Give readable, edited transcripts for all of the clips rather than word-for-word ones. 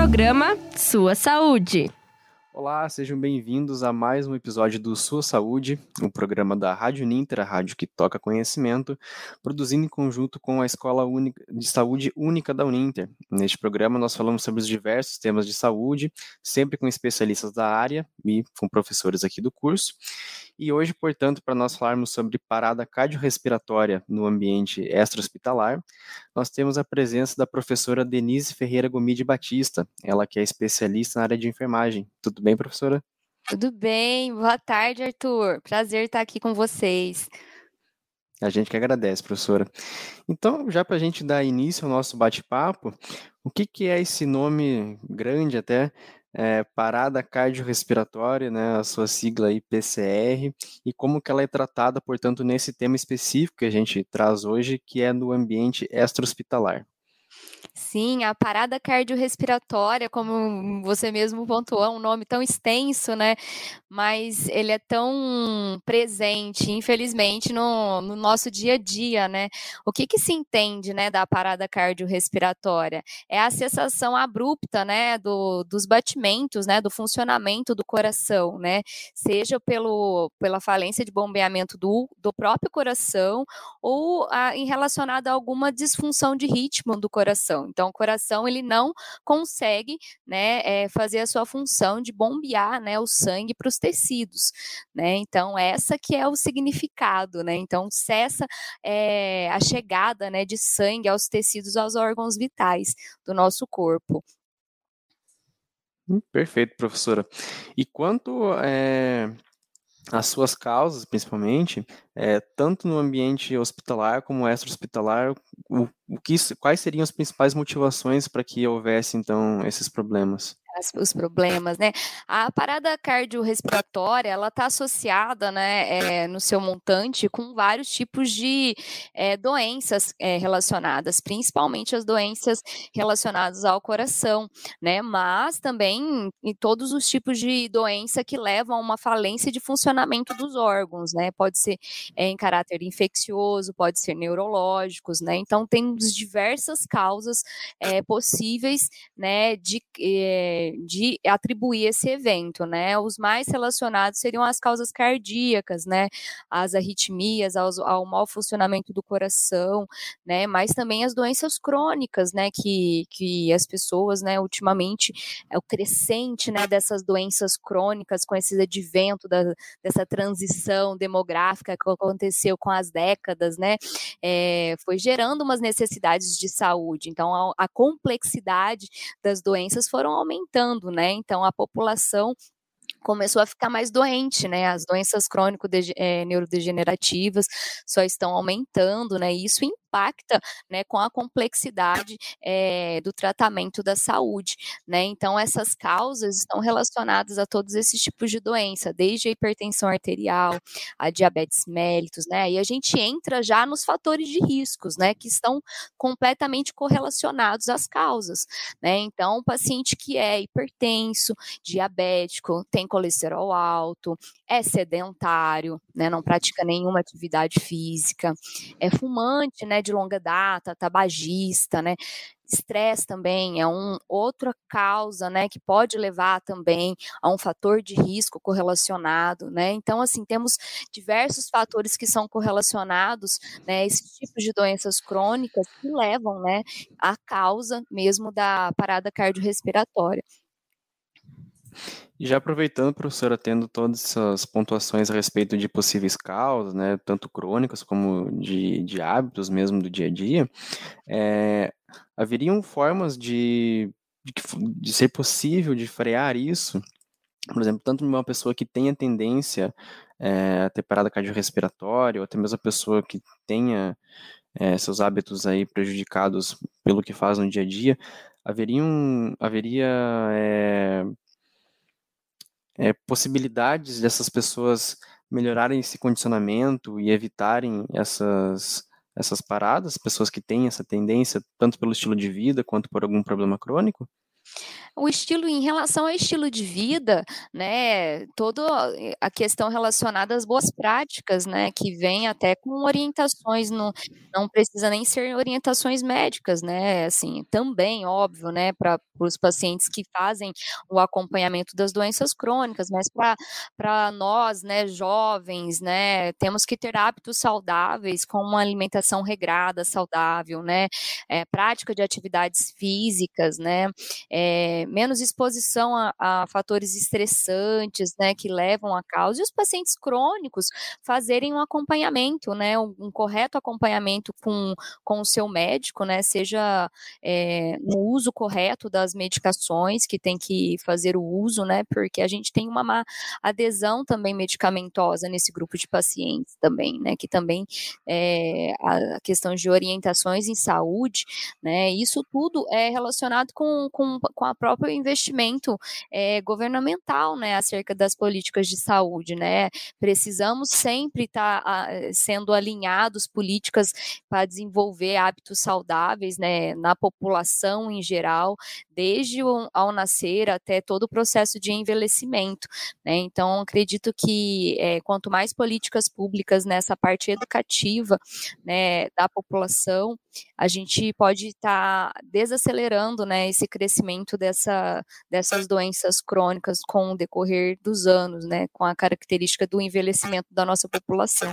programa Sua Saúde. Olá, sejam bem-vindos a mais um episódio do Sua Saúde, um programa da Rádio Uninter, a rádio que toca conhecimento, produzindo em conjunto com a Escola de Saúde Única da Uninter. Neste programa nós falamos sobre os diversos temas de saúde, sempre com especialistas da área e com professores aqui do curso. E hoje, portanto, para nós falarmos sobre parada cardiorrespiratória no ambiente extra-hospitalar, nós temos a presença da professora Denise Ferreira Gomide Batista, ela que é especialista na área de enfermagem. Tudo bem, professora? Tudo bem, boa tarde, Arthur. Prazer estar aqui com vocês. A gente que agradece, professora. Então, já para a gente dar início ao nosso bate-papo, o que é esse nome grande até, parada cardiorrespiratória, né, a sua sigla aí, PCR, e como que ela é tratada, portanto, nesse tema específico que a gente traz hoje, que é no ambiente extra-hospitalar? Sim, a parada cardiorrespiratória, como você mesmo pontuou, é um nome tão extenso, né? Mas ele é tão presente, infelizmente, no nosso dia a dia, né? O que se entende, né, da parada cardiorrespiratória? É a cessação abrupta, né, dos batimentos, né, do funcionamento do coração, né? Seja pela falência de bombeamento do próprio coração ou em relacionado a alguma disfunção de ritmo do coração. Então, o coração ele não consegue, né, fazer a sua função de bombear, né, o sangue para os tecidos, né? Então, essa que é o significado, né? Então, cessa a chegada, né, de sangue aos tecidos, aos órgãos vitais do nosso corpo. Perfeito, professora. E quanto as suas causas, principalmente, tanto no ambiente hospitalar como extra-hospitalar, quais seriam as principais motivações para que houvesse, então, esses problemas? Os problemas, né? A parada cardiorrespiratória, ela está associada, né, no seu montante com vários tipos de doenças relacionadas, principalmente as doenças relacionadas ao coração, né? Mas também em todos os tipos de doença que levam a uma falência de funcionamento dos órgãos, né? Pode ser em caráter infeccioso, pode ser neurológicos, né? Então temos diversas causas possíveis, né, de atribuir esse evento, né? Os mais relacionados seriam as causas cardíacas, né? As arritmias, ao mau funcionamento do coração, né? Mas também as doenças crônicas, né? Que as pessoas, né? Ultimamente, o crescente, né? Dessas doenças crônicas com esse advento dessa transição demográfica que aconteceu com as décadas, né? Foi gerando umas necessidades de saúde. Então, a complexidade das doenças foram aumentando, né? Então, a população começou a ficar mais doente, né? As doenças neurodegenerativas só estão aumentando, né? E isso impacta, né, com a complexidade do tratamento da saúde, né? Então, essas causas estão relacionadas a todos esses tipos de doença, desde a hipertensão arterial, a diabetes mellitus, né? E a gente entra já nos fatores de riscos, né, que estão completamente correlacionados às causas, né? Então, o paciente que é hipertenso, diabético, tem colesterol alto, é sedentário, né, não pratica nenhuma atividade física, é fumante, né, de longa data, tabagista, né, estresse também é outra causa, né, que pode levar também a um fator de risco correlacionado, né? Então, assim, temos diversos fatores que são correlacionados, né, esses tipos de doenças crônicas que levam, né, à causa mesmo da parada cardiorrespiratória. E já aproveitando, professora, tendo todas essas pontuações a respeito de possíveis causas, né, tanto crônicas como de hábitos mesmo do dia a dia, haveriam formas de ser possível de frear isso? Por exemplo, tanto uma pessoa que tenha tendência a ter parada cardiorrespiratória, ou até mesmo a pessoa que tenha seus hábitos aí prejudicados pelo que faz no dia a dia, haveria possibilidades dessas pessoas melhorarem esse condicionamento e evitarem essas paradas, pessoas que têm essa tendência, tanto pelo estilo de vida quanto por algum problema crônico? O estilo, em relação ao estilo de vida, né, toda a questão relacionada às boas práticas, né, que vem até com orientações, não precisa nem ser orientações médicas, né, assim, também, óbvio, né, para os pacientes que fazem o acompanhamento das doenças crônicas, mas para nós, né, jovens, né, temos que ter hábitos saudáveis, com uma alimentação regrada, saudável, né, prática de atividades físicas, né, menos exposição a fatores estressantes, né, que levam a causa, e os pacientes crônicos fazerem um acompanhamento, né, um correto acompanhamento com o seu médico, né, seja no uso correto das medicações, que tem que fazer o uso, né, porque a gente tem uma má adesão também medicamentosa nesse grupo de pacientes também, né, que também a questão de orientações em saúde, né, isso tudo é relacionado com a próprio investimento governamental, né, acerca das políticas de saúde, né, precisamos sempre estar sendo alinhados políticas para desenvolver hábitos saudáveis, né, na população em geral, desde ao nascer até todo o processo de envelhecimento, né, então acredito que quanto mais políticas públicas nessa parte educativa, né, da população, a gente pode estar desacelerando, né, esse crescimento dessas doenças crônicas com o decorrer dos anos, né, com a característica do envelhecimento da nossa população.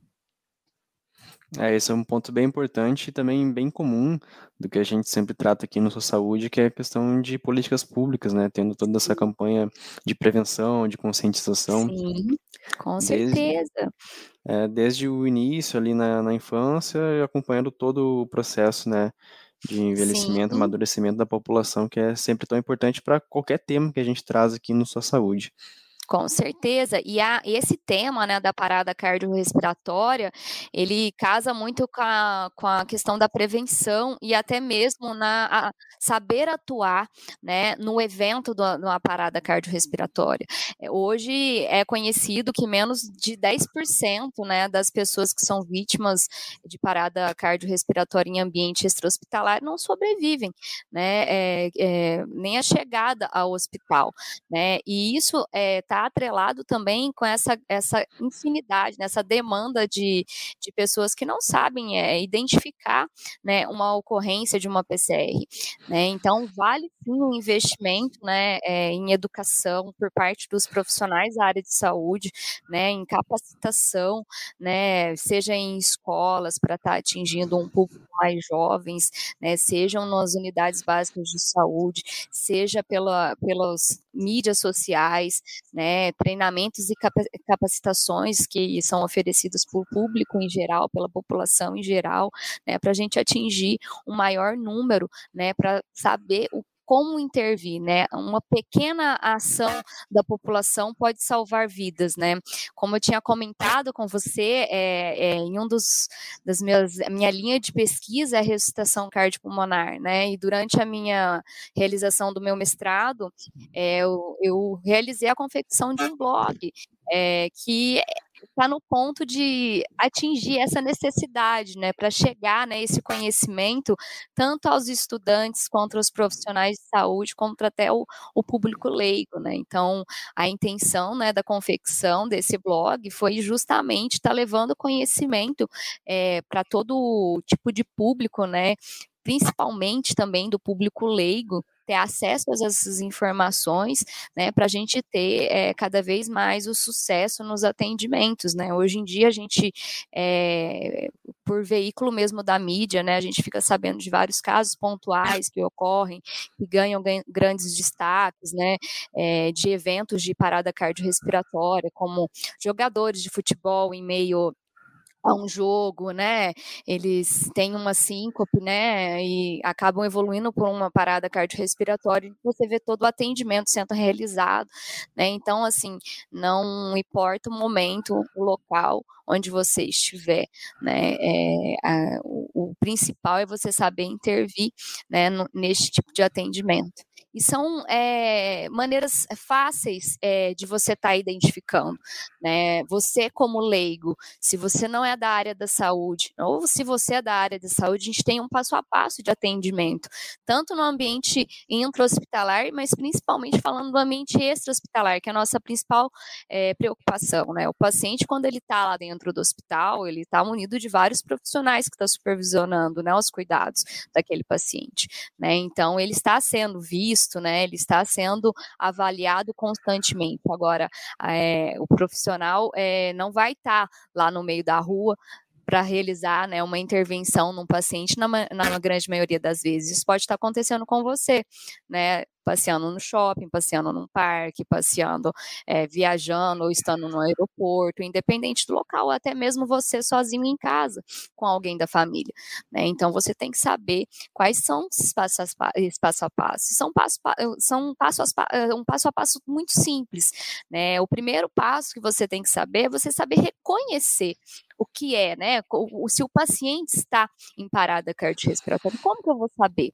Esse é um ponto bem importante e também bem comum do que a gente sempre trata aqui no Sua Saúde, que é a questão de políticas públicas, né? Tendo toda essa campanha de prevenção, de conscientização. Sim, com certeza. Desde o início ali na infância, e acompanhando todo o processo, né, de envelhecimento, Sim. amadurecimento da população, que é sempre tão importante para qualquer tema que a gente traz aqui no Sua Saúde. Com certeza, e esse tema, né, da parada cardiorrespiratória, ele casa muito com a questão da prevenção e até mesmo saber atuar, né, no evento numa parada cardiorrespiratória. Hoje é conhecido que menos de 10%, né, das pessoas que são vítimas de parada cardiorrespiratória em ambiente extra-hospitalar não sobrevivem, né, nem a chegada ao hospital, né, e isso está atrelado também com essa infinidade, né, essa demanda de pessoas que não sabem identificar, né, uma ocorrência de uma PCR, né, então vale sim um investimento, né, em educação por parte dos profissionais da área de saúde, né, em capacitação, né, seja em escolas para estar atingindo um público mais jovens, né, sejam nas unidades básicas de saúde, seja pelas mídias sociais, né, treinamentos e capacitações que são oferecidos por público em geral, pela população em geral, né, para a gente atingir um maior número, né, para saber como intervir, né? Uma pequena ação da população pode salvar vidas, né? Como eu tinha comentado com você, em minha linha de pesquisa é a ressuscitação cardiopulmonar, né? E durante a minha realização do meu mestrado, eu realizei a confecção de um blog que está no ponto de atingir essa necessidade, né, para chegar, né, esse conhecimento tanto aos estudantes quanto aos profissionais de saúde, quanto até o público leigo, né. Então, a intenção, né, da confecção desse blog foi justamente estar levando conhecimento para todo tipo de público, né, principalmente também do público leigo, ter acesso a essas informações, né, para a gente ter cada vez mais o sucesso nos atendimentos, né. Hoje em dia a gente, por veículo mesmo da mídia, né, a gente fica sabendo de vários casos pontuais que ocorrem, que ganham grandes destaques, né, de eventos de parada cardiorrespiratória, como jogadores de futebol em meio a um jogo, né, eles têm uma síncope, né, e acabam evoluindo por uma parada cardiorrespiratória, e você vê todo o atendimento sendo realizado, né, então, assim, não importa o momento, o local onde você estiver, né, o principal é você saber intervir, né, neste tipo de atendimento. e são maneiras fáceis de você estar identificando, né? Você como leigo, se você não é da área da saúde, ou se você é da área da saúde, a gente tem um passo a passo de atendimento, tanto no ambiente intra-hospitalar, mas principalmente falando do ambiente extra-hospitalar, que é a nossa principal preocupação, né? O paciente, quando ele está lá dentro do hospital, ele está munido de vários profissionais que estão supervisionando, né, os cuidados daquele paciente, né? Então, ele está sendo visto, né? Ele está sendo avaliado constantemente. Agora, o profissional não vai estar lá no meio da rua para realizar, né, uma intervenção num paciente na grande maioria das vezes. Isso pode estar acontecendo com você, né, passeando no shopping, passeando num parque, passeando, viajando ou estando no aeroporto, independente do local, ou até mesmo você sozinho em casa, com alguém da família, né? Então, você tem que saber quais são esses passo a passo. São um passo a passo muito simples, né? O primeiro passo que você tem que saber é você saber reconhecer o que é, né? Se o paciente está em parada cardiorrespiratória, como que eu vou saber?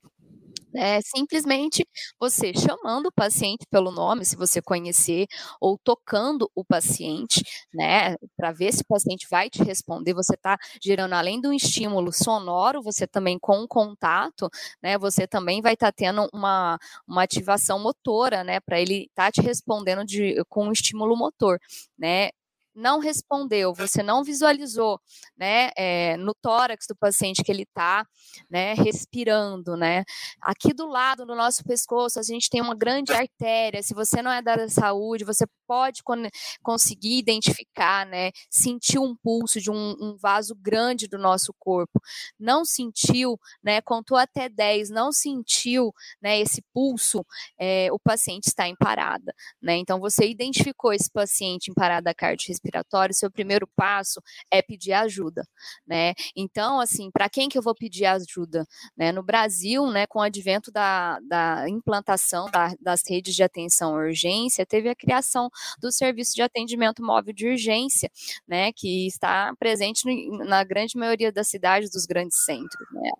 Simplesmente você chamando o paciente pelo nome, se você conhecer, ou tocando o paciente, né, para ver se o paciente vai te responder. Você está gerando, além do estímulo sonoro, você também com o contato, né, você também vai estar tendo uma ativação motora, né, para ele estar te respondendo com um estímulo motor, né. Não respondeu, você não visualizou, né, no tórax do paciente que ele está, né, respirando, né. Aqui do lado do nosso pescoço, a gente tem uma grande artéria. Se você não é da área da saúde, você pode conseguir identificar, né, sentir um pulso de um vaso grande do nosso corpo. Não sentiu, né, contou até 10, não sentiu, né, esse pulso, o paciente está em parada, né. Então, você identificou esse paciente em parada cardiorrespiratória, seu primeiro passo é pedir ajuda, né. Então, assim, para quem que eu vou pedir ajuda, né? No Brasil, né, com o advento da implantação das redes de atenção à urgência, teve a criação do serviço de atendimento móvel de urgência, né, que está presente na grande maioria das cidades dos grandes centros, né.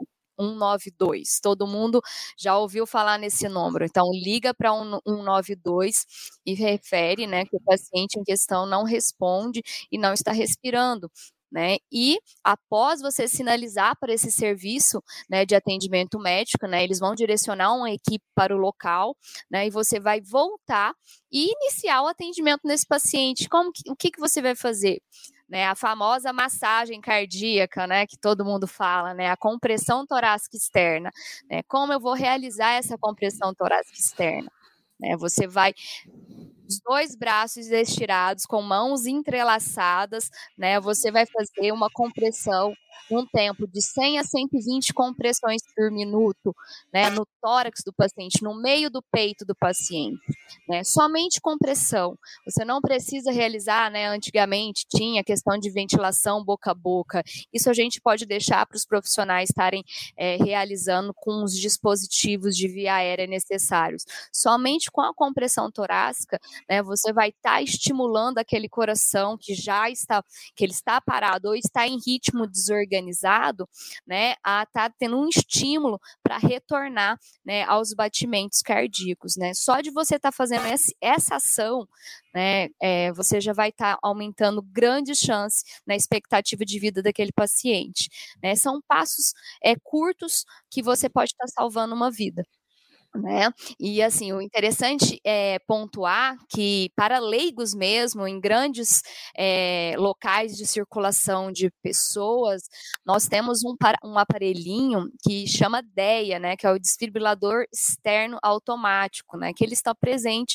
192, todo mundo já ouviu falar nesse número, então liga para 192 e refere, né, que o paciente em questão não responde e não está respirando, né? E após você sinalizar para esse serviço, né, de atendimento médico, né, eles vão direcionar uma equipe para o local, né, e você vai voltar e iniciar o atendimento nesse paciente. O que você vai fazer? Né, a famosa massagem cardíaca, né, que todo mundo fala, né, a compressão torácica externa, né, como eu vou realizar essa compressão torácica externa? Né, você vai os 2 braços estirados, com mãos entrelaçadas, né, você vai fazer uma compressão, um tempo de 100 a 120 compressões por minuto, né, no tórax do paciente, no meio do peito do paciente, né, somente compressão. Você não precisa realizar, né, antigamente tinha questão de ventilação boca a boca, isso a gente pode deixar para os profissionais estarem realizando com os dispositivos de via aérea necessários. Somente com a compressão torácica, né, você vai estar estimulando aquele coração que ele está parado ou está em ritmo desorganizado, né, a estar tendo um estímulo para retornar, né, aos batimentos cardíacos, né. Só de você estar fazendo essa ação, né, você já vai estar aumentando grande chance na expectativa de vida daquele paciente, né. São passos curtos que você pode estar salvando uma vida, né? E assim, o interessante é pontuar que para leigos mesmo, em grandes locais de circulação de pessoas, nós temos um aparelhinho que chama DEA, né, que é o desfibrilador externo automático, né, que ele está presente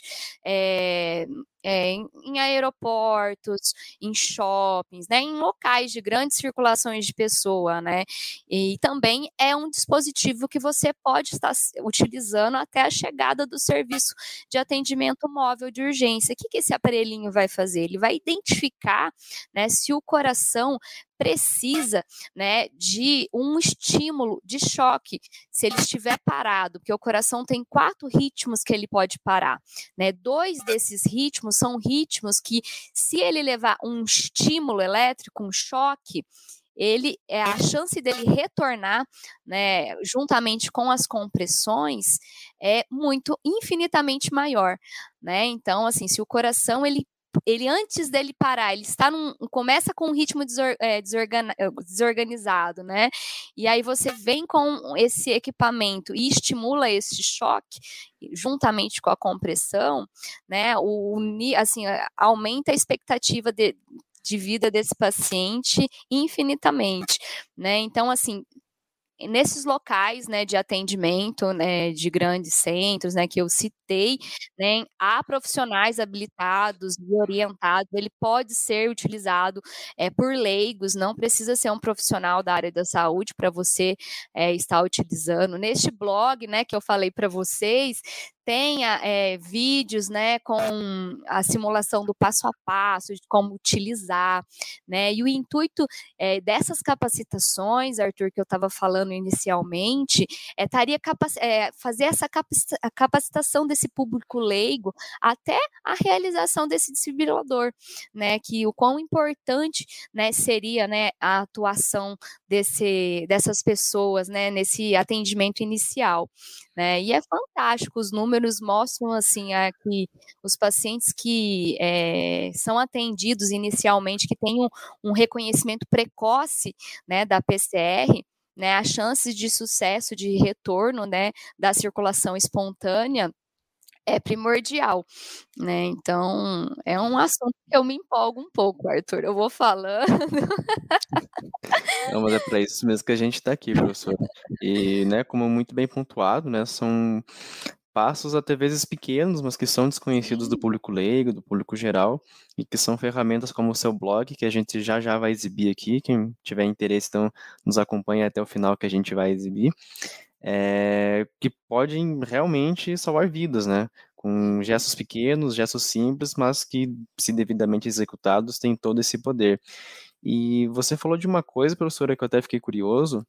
em aeroportos, em shoppings, né, em locais de grandes circulações de pessoa, né, e também é um dispositivo que você pode estar utilizando até a chegada do serviço de atendimento móvel de urgência. O que esse aparelhinho vai fazer? Ele vai identificar, né, se o coração precisa, né, de um estímulo de choque, se ele estiver parado, porque o coração tem 4 ritmos que ele pode parar, né, 2 desses ritmos são ritmos que, se ele levar um estímulo elétrico, um choque, a chance dele retornar, né, juntamente com as compressões, é infinitamente maior, né? Então, assim, se o coração ele antes dele parar, ele começa com um ritmo desorganizado, né? E aí você vem com esse equipamento e estimula esse choque, juntamente com a compressão, né? Assim, aumenta a expectativa de vida desse paciente infinitamente, né? Então, assim, nesses locais, né, de atendimento, né, de grandes centros, né, que eu citei, né, há profissionais habilitados e orientados, ele pode ser utilizado por leigos, não precisa ser um profissional da área da saúde para você estar utilizando. Neste blog, né, que eu falei para vocês, tenha vídeos, né, com a simulação do passo a passo, de como utilizar, né, e o intuito dessas capacitações, Arthur, que eu estava falando inicialmente, fazer essa capacitação desse público leigo até a realização desse desfibrilador, né, que o quão importante, né, seria, né, a atuação dessas pessoas, né, nesse atendimento inicial, né, e é fantástico, os números mostram, assim, que os pacientes que são atendidos inicialmente, que têm um reconhecimento precoce, né, da PCR, né, as chances de sucesso, de retorno, né, da circulação espontânea é primordial, né? Então, é um assunto que eu me empolgo um pouco, Arthur. Eu vou falando. Não, mas é para isso mesmo que a gente está aqui, professora. E, né, como muito bem pontuado, né, são passos até vezes pequenos, mas que são desconhecidos do público leigo, do público geral, e que são ferramentas como o seu blog, que a gente já vai exibir aqui. Quem tiver interesse, então, nos acompanhe até o final que a gente vai exibir. Que podem realmente salvar vidas, né? Com gestos pequenos, gestos simples, mas que, se devidamente executados, têm todo esse poder. E você falou de uma coisa, professora, que eu até fiquei curioso,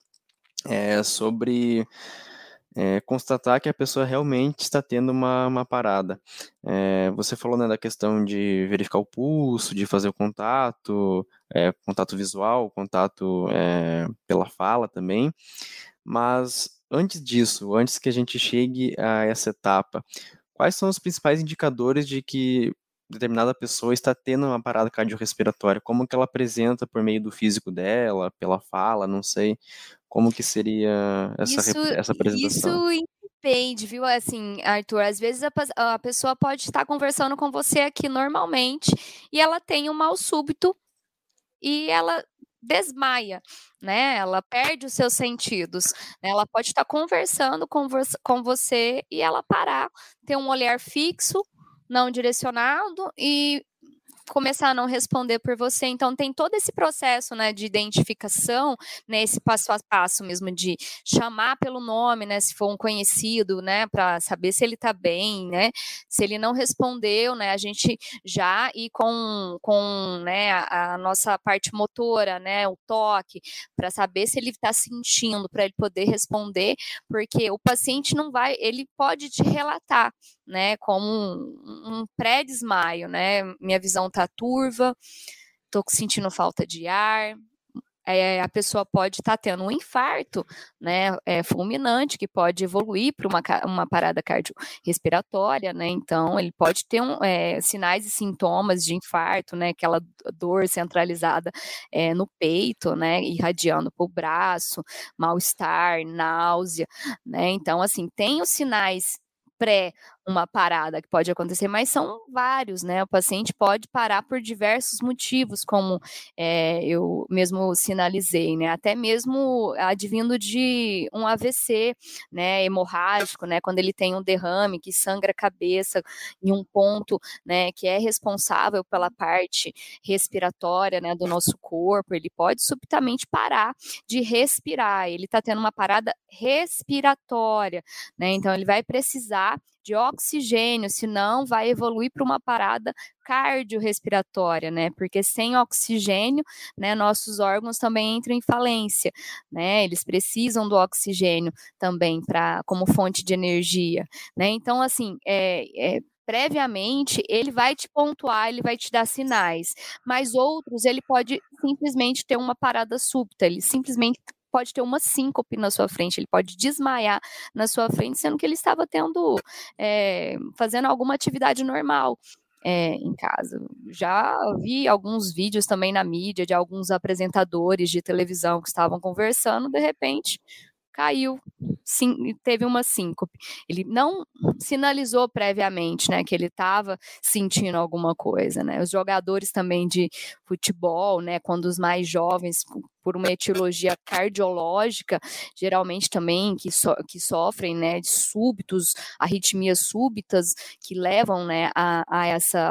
sobre constatar que a pessoa realmente está tendo uma parada. Você falou, né, da questão de verificar o pulso, de fazer o contato visual, contato pela fala também, mas antes disso, antes que a gente chegue a essa etapa, quais são os principais indicadores de que determinada pessoa está tendo uma parada cardiorrespiratória? Como que ela apresenta por meio do físico dela, pela fala, não sei, como que seria essa apresentação? Isso depende, viu? Assim, Arthur, às vezes a pessoa pode estar conversando com você aqui normalmente e ela tem um mal súbito e ela desmaia, né? Ela perde os seus sentidos, né? Ela pode estar conversando com você e ela parar, ter um olhar fixo, não direcionado e começar a não responder por você. Então, tem todo esse processo, né, de identificação, né, esse passo a passo mesmo de chamar pelo nome, né, se for um conhecido, né, para saber se ele está bem, né, se ele não respondeu, né, a gente já ir com né, a nossa parte motora, né, o toque, para saber se ele está sentindo, para ele poder responder, porque o paciente ele pode te relatar, né, como um pré-desmaio, né, minha visão tá turva, tô sentindo falta de ar, a pessoa pode estar tendo um infarto, né, fulminante, que pode evoluir para uma parada cardiorrespiratória, né, então ele pode ter sinais e sintomas de infarto, né, aquela dor centralizada no peito, né, irradiando para o braço, mal-estar, náusea, né, então, assim, tem os sinais pré uma parada que pode acontecer, mas são vários, né? O paciente pode parar por diversos motivos, como eu mesmo sinalizei, né? Até mesmo advindo de um AVC, né? Hemorrágico, né? Quando ele tem um derrame que sangra a cabeça em um ponto, né? Que é responsável pela parte respiratória, né? Do nosso corpo, ele pode subitamente parar de respirar. Ele está tendo uma parada respiratória, né? Então ele vai precisar de oxigênio, senão vai evoluir para uma parada cardiorrespiratória, né? Porque sem oxigênio, né, nossos órgãos também entram em falência, né? Eles precisam do oxigênio também como fonte de energia, né? Então, assim, previamente, ele vai te pontuar, ele vai te dar sinais, mas outros ele pode simplesmente ter uma parada súbita, ele simplesmente pode ter uma síncope na sua frente, ele pode desmaiar na sua frente, sendo que ele estava fazendo alguma atividade normal. Em casa. Já vi alguns vídeos também na mídia de alguns apresentadores de televisão que estavam conversando, de repente caiu, sim, teve uma síncope. Ele não sinalizou previamente, né, que ele estava sentindo alguma coisa, né? Os jogadores também de futebol, né, quando os mais jovens, por uma etiologia cardiológica, geralmente também que sofrem, né, de súbitos, arritmias súbitas, que levam, né, a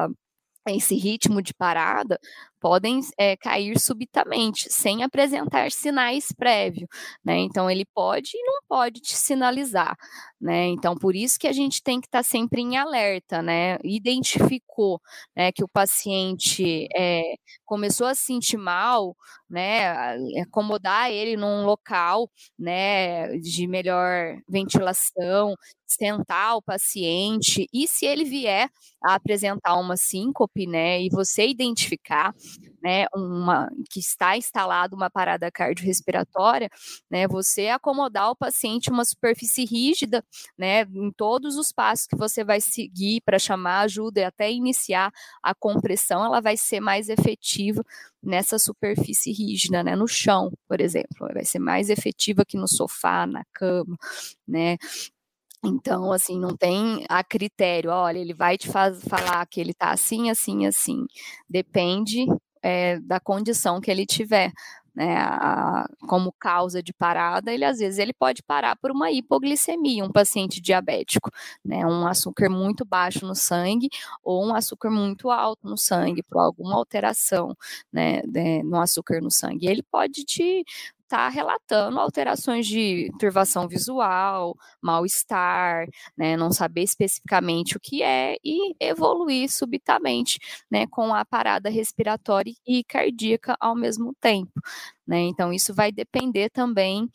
esse ritmo de parada, podem cair subitamente, sem apresentar sinais prévios, né? Então, ele pode e não pode te sinalizar, né? Então, por isso que a gente tem que estar sempre em alerta, né? Identificou, né, que o paciente começou a se sentir mal, né? Acomodar ele num local, né, de melhor ventilação, sentar o paciente, e se ele vier a apresentar uma síncope, né, e você identificar, né, que está instalada uma parada cardiorrespiratória, né, você acomodar o paciente em uma superfície rígida, né, em todos os passos que você vai seguir para chamar ajuda e até iniciar a compressão, ela vai ser mais efetiva nessa superfície rígida, né, no chão, por exemplo, vai ser mais efetiva que no sofá, na cama, né. Então, assim, não tem a critério, olha, ele vai te falar que ele está assim, assim, assim. Depende da condição que ele tiver, né? Como causa de parada, às vezes ele pode parar por uma hipoglicemia, um paciente diabético, né? Um açúcar muito baixo no sangue ou um açúcar muito alto no sangue, por alguma alteração, né, no açúcar no sangue. Ele pode te estar relatando alterações de turvação visual, mal-estar, né, não saber especificamente o que é e evoluir subitamente, né, com a parada respiratória e cardíaca ao mesmo tempo, né? Então, isso vai depender também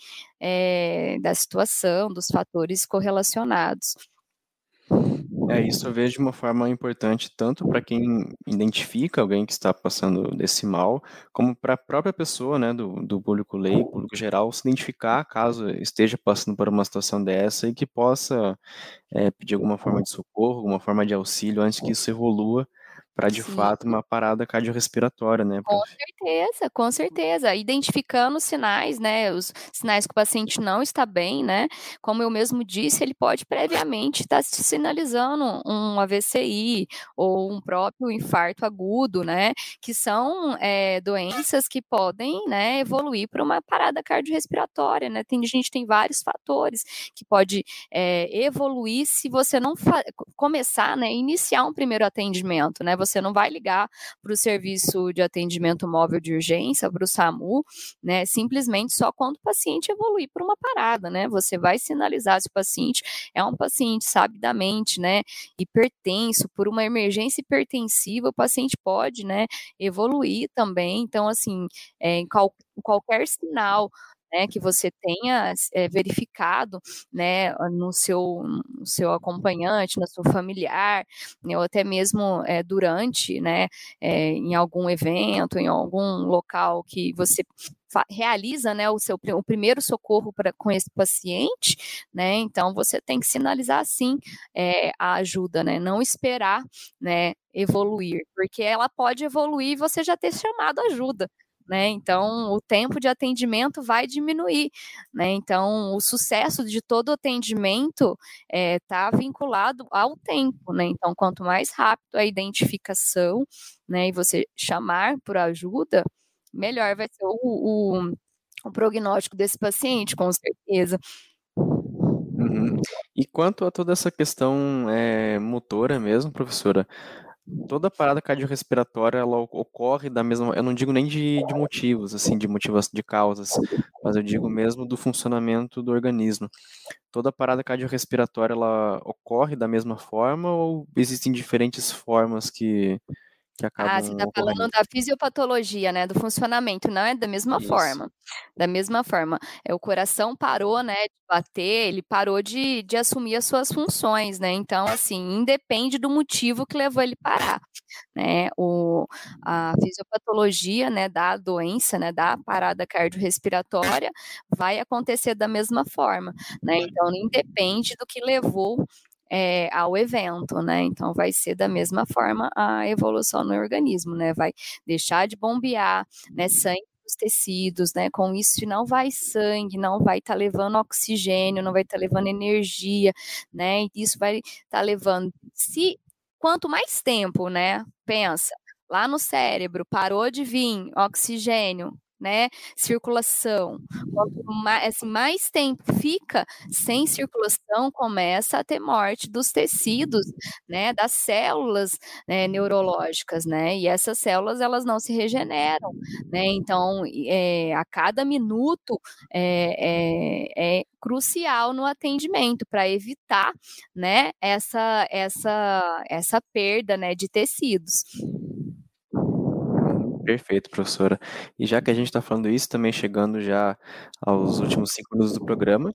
da situação, dos fatores correlacionados. Isso eu vejo de uma forma importante tanto para quem identifica alguém que está passando desse mal, como para a própria pessoa, né, do público leigo, público geral, se identificar caso esteja passando por uma situação dessa e que possa pedir alguma forma de socorro, alguma forma de auxílio antes que isso evolua para, de Sim. fato, uma parada cardiorrespiratória, né, Com prof? certeza, com certeza. Identificando os sinais, né, os sinais que o paciente não está bem, né, como eu mesmo disse, ele pode previamente estar sinalizando um AVCI ou um próprio infarto agudo, né, que são doenças que podem, né, evoluir para uma parada cardiorrespiratória, né. A gente tem vários fatores que pode evoluir se você não começar, né, iniciar um primeiro atendimento, né, você não vai ligar para o serviço de atendimento móvel de urgência, para o SAMU, né, simplesmente só quando o paciente evoluir para uma parada, né, você vai sinalizar se o paciente é um paciente sabidamente, né, hipertenso, por uma emergência hipertensiva, o paciente pode, né, evoluir também, então, assim, em qualquer sinal, né, que você tenha verificado, né, no seu acompanhante, no seu familiar, né, ou até mesmo durante, né, em algum evento, em algum local que você realiza, né, o primeiro socorro com esse paciente, né, então você tem que sinalizar sim a ajuda, né, não esperar, né, evoluir, porque ela pode evoluir e você já ter chamado ajuda, né, então o tempo de atendimento vai diminuir, né, então o sucesso de todo atendimento está vinculado ao tempo, né, então quanto mais rápido a identificação, né, e você chamar por ajuda, melhor vai ser o prognóstico desse paciente, com certeza. Uhum. E quanto a toda essa questão motora mesmo, professora, toda parada cardiorrespiratória, ela ocorre da mesma, eu não digo nem de motivos, assim, de causas, mas eu digo mesmo do funcionamento do organismo. Toda parada cardiorrespiratória, ela ocorre da mesma forma ou existem diferentes formas que que Você acabam está falando ocorrendo. da fisiopatologia, né, do funcionamento, não é da mesma Isso. forma. Da mesma forma, o coração parou, né, de bater, ele parou de assumir as suas funções, né, então, assim, independe do motivo que levou ele parar, né, a fisiopatologia, né, da doença, né, da parada cardiorrespiratória, vai acontecer da mesma forma, né, então independe do que levou ao evento, né? Então vai ser da mesma forma a evolução no organismo, né? Vai deixar de bombear, né, sangue nos tecidos, né? Com isso não vai sangue, não vai estar levando oxigênio, não vai estar levando energia, né? Isso vai estar levando. Quanto mais tempo, né? Pensa, lá no cérebro parou de vir oxigênio, né? Circulação. Quanto mais, assim, mais tempo fica sem circulação, começa a ter morte dos tecidos, né, das células, né, neurológicas, né, e essas células elas não se regeneram, né, então a cada minuto é crucial no atendimento para evitar, né, essa perda, né, de tecidos. Perfeito, professora. E já que a gente está falando isso, também chegando já aos últimos 5 minutos do programa,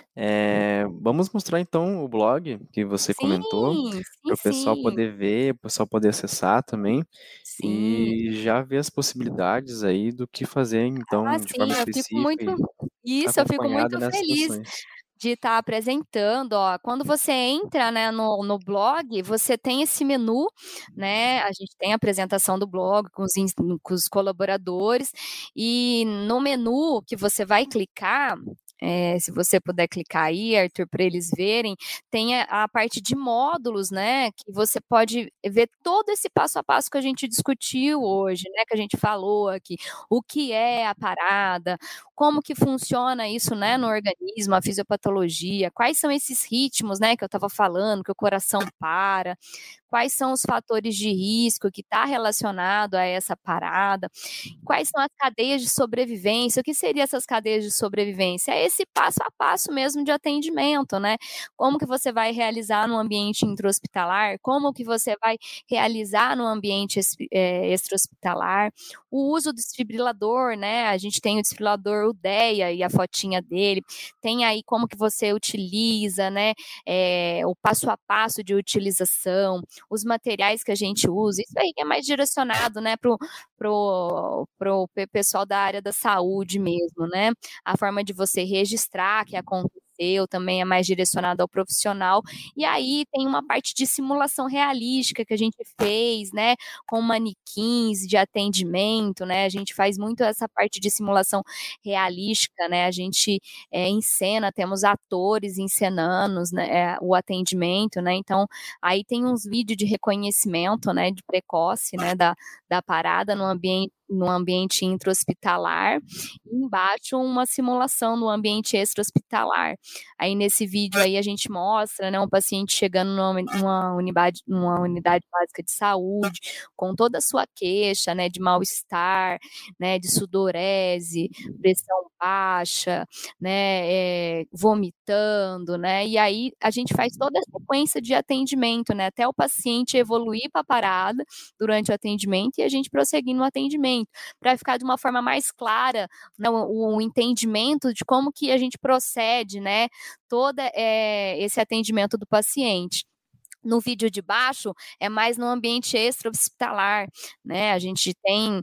vamos mostrar então o blog que você comentou, Sim, sim, para o pessoal sim. poder ver, o pessoal poder acessar também, Sim. e já ver as possibilidades aí do que fazer, então, de Sim, forma eu fico específica muito e eu fico acompanhada muito nessas feliz situações. de estar apresentando, ó, quando você entra, né, no blog, você tem esse menu, né, a gente tem a apresentação do blog com os colaboradores, e no menu que você vai clicar, se você puder clicar aí, Arthur, para eles verem, tem a parte de módulos, né, que você pode ver todo esse passo a passo que a gente discutiu hoje, né, que a gente falou aqui, o que é a parada, como que funciona isso, né, no organismo, a fisiopatologia, quais são esses ritmos, né, que eu estava falando, que o coração para, quais são os fatores de risco que está relacionado a essa parada, quais são as cadeias de sobrevivência, o que seriam essas cadeias de sobrevivência? É esse passo a passo mesmo de atendimento, né? Como que você vai realizar no ambiente intra-hospitalar, como que você vai realizar no ambiente extra-hospitalar, o uso do desfibrilador, né? A gente tem o desfibrilador UDEA e a fotinha dele, tem aí como que você utiliza, né? O passo a passo de utilização, os materiais que a gente usa, isso aí é mais direcionado, né, pro pessoal da área da saúde mesmo, né? A forma de você registrar que aconteceu também é mais direcionada ao profissional. E aí tem uma parte de simulação realística que a gente fez, né, com manequins de atendimento, né? A gente faz muito essa parte de simulação realística, né? A gente encena, temos atores encenando, né, o atendimento, né? Então, aí tem uns vídeos de reconhecimento, né, de precoce, né, da parada no ambiente intra-hospitalar, e embaixo uma simulação no ambiente extra-hospitalar. Aí nesse vídeo aí a gente mostra, né, um paciente chegando numa unidade básica de saúde, com toda a sua queixa, né, de mal-estar, né, de sudorese, pressão baixa, né, vomitando, né, e aí a gente faz toda a sequência de atendimento, né, até o paciente evoluir para a parada durante o atendimento e a gente prosseguir no atendimento, para ficar de uma forma mais clara, né, o entendimento de como que a gente procede, né, todo esse atendimento do paciente. No vídeo de baixo é mais no ambiente extra-hospitalar, né? A gente tem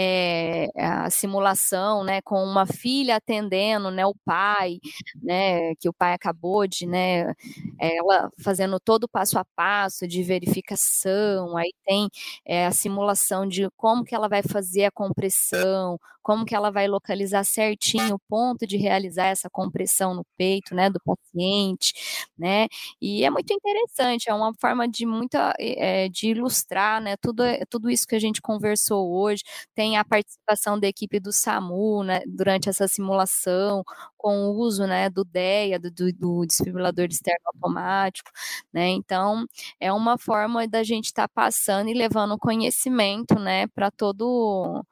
a simulação, né, com uma filha atendendo, né, o pai, né, que o pai acabou de, né, ela fazendo todo o passo a passo de verificação, aí tem a simulação de como que ela vai fazer a compressão, como que ela vai localizar certinho o ponto de realizar essa compressão no peito, né, do paciente, né? E é muito interessante, é uma forma de ilustrar, né, tudo isso que a gente conversou hoje. Tem a participação da equipe do SAMU, né, durante essa simulação, com o uso, né, do DEA, do desfibrilador externo automático, né? Então, é uma forma da gente estar passando e levando conhecimento, né, para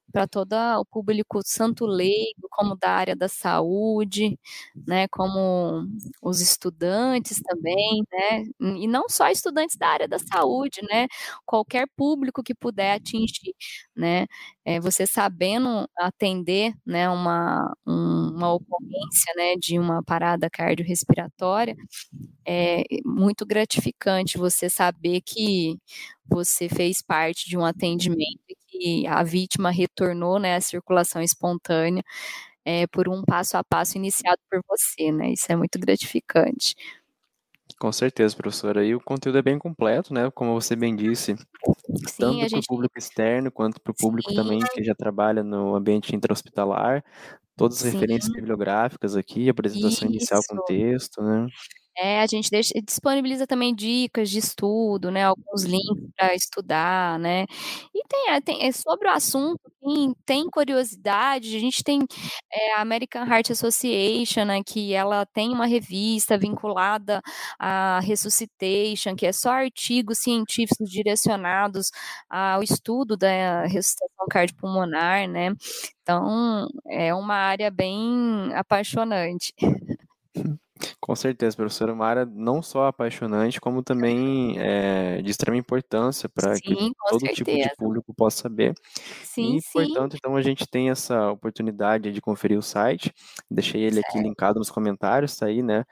para todo o público tanto leigo como da área da saúde, né, como os estudantes também, né, e não só estudantes da área da saúde, né, qualquer público que puder atingir, né, você sabendo atender, né, uma ocorrência, né, de uma parada cardiorrespiratória, é muito gratificante você saber que você fez parte de um atendimento e que a vítima retornou, né, à circulação espontânea, por um passo a passo iniciado por você, né, isso é muito gratificante. Com certeza, professora. E o conteúdo é bem completo, né? Como você bem disse, Sim, tanto para o público externo quanto para o público sim, também que já trabalha no ambiente intra-hospitalar. Todas as sim, referências bibliográficas aqui, apresentação inicial com isso. texto, né? A gente disponibiliza também dicas de estudo, né, alguns links para estudar, né, e tem sobre o assunto, quem tem curiosidade, a gente tem, a American Heart Association, né, que ela tem uma revista vinculada à Resuscitation, que é só artigos científicos direcionados ao estudo da ressuscitação cardiopulmonar, né, então é uma área bem apaixonante. Com certeza, professora. É uma área não só apaixonante, como também de extrema importância para que Sim, com todo tipo de certeza. público possa saber. Sim, E, sim. portanto, então a gente tem essa oportunidade de conferir o site. Deixei ele aqui Certo. linkado nos comentários, tá aí, né?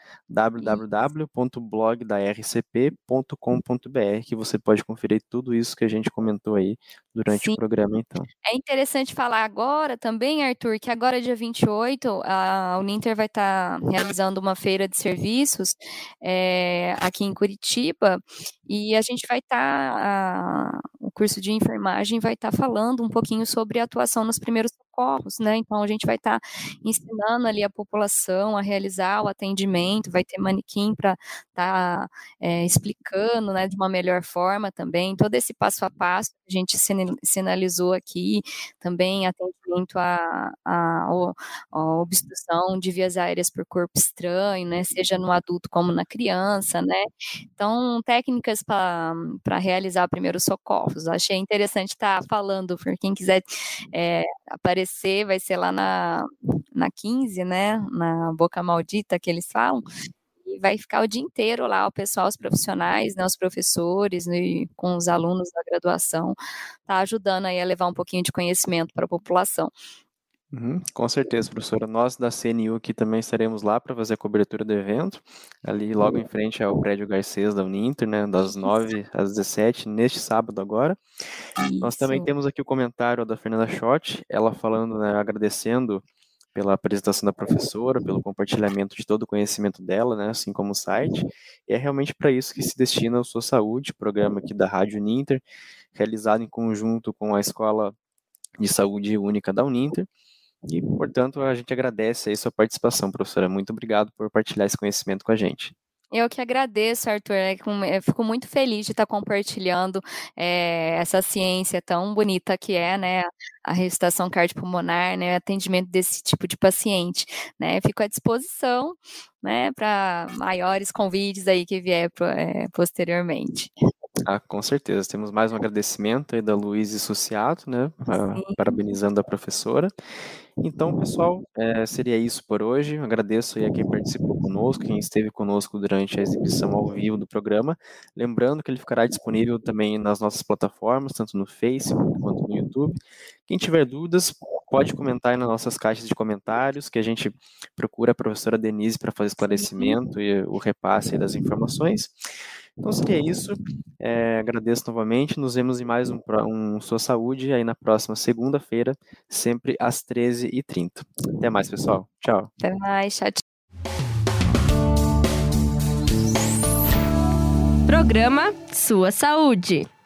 www.blogdarcp.com.br, que você pode conferir tudo isso que a gente comentou aí durante o Sim. programa, então. É interessante falar agora também, Arthur, que agora dia 28, a Uninter vai estar realizando uma feira de serviços aqui em Curitiba, e a gente vai estar, o curso de enfermagem vai estar falando um pouquinho sobre a atuação nos primeiros socorros, né? Então a gente vai estar ensinando ali a população a realizar o atendimento, vai ter manequim para estar explicando, né, de uma melhor forma também, todo esse passo a passo que a gente sinalizou aqui, também atendimento à obstrução de vias aéreas por corpo estranho, né, seja no adulto como na criança, né, então técnicas para realizar primeiros socorros. Achei interessante estar falando, por quem quiser aparecer, vai ser lá na 15, né, na Boca Maldita que eles falam, e vai ficar o dia inteiro lá, o pessoal, os profissionais, né, os professores, né, com os alunos da graduação, tá ajudando aí a levar um pouquinho de conhecimento para a população. Com certeza, professora. Nós da CNU aqui também estaremos lá para fazer a cobertura do evento. Ali logo em frente é o prédio Garcês da Uninter, né, das 9 às 17, neste sábado agora. Nós também Isso. temos aqui o comentário da Fernanda Schott, ela falando, né, agradecendo pela apresentação da professora, pelo compartilhamento de todo o conhecimento dela, né, assim como o site. E é realmente para isso que se destina o Sua Saúde, programa aqui da Rádio Uninter, realizado em conjunto com a Escola de Saúde Única da Uninter. E, portanto, a gente agradece aí sua participação, professora. Muito obrigado por partilhar esse conhecimento com a gente. Eu que agradeço, Arthur. Eu fico muito feliz de estar compartilhando essa ciência tão bonita que é, né, a ressuscitação cardiopulmonar, né, atendimento desse tipo de paciente, né. Fico à disposição, né, para maiores convites aí que vier posteriormente. Com certeza. Temos mais um agradecimento aí da Luísa Suciato, né, parabenizando a professora. Então, pessoal, seria isso por hoje. Eu agradeço aí a quem participou conosco, quem esteve conosco durante a exibição ao vivo do programa. Lembrando que ele ficará disponível também nas nossas plataformas, tanto no Facebook quanto no YouTube. Quem tiver dúvidas, pode comentar aí nas nossas caixas de comentários, que a gente procura a professora Denise para fazer esclarecimento e o repasse aí das informações. Então, seria isso. Agradeço novamente. Nos vemos em mais um Sua Saúde aí na próxima segunda-feira, sempre às 13h30. Até mais, pessoal. Tchau. Até mais. Tchau, tchau. Programa Sua Saúde.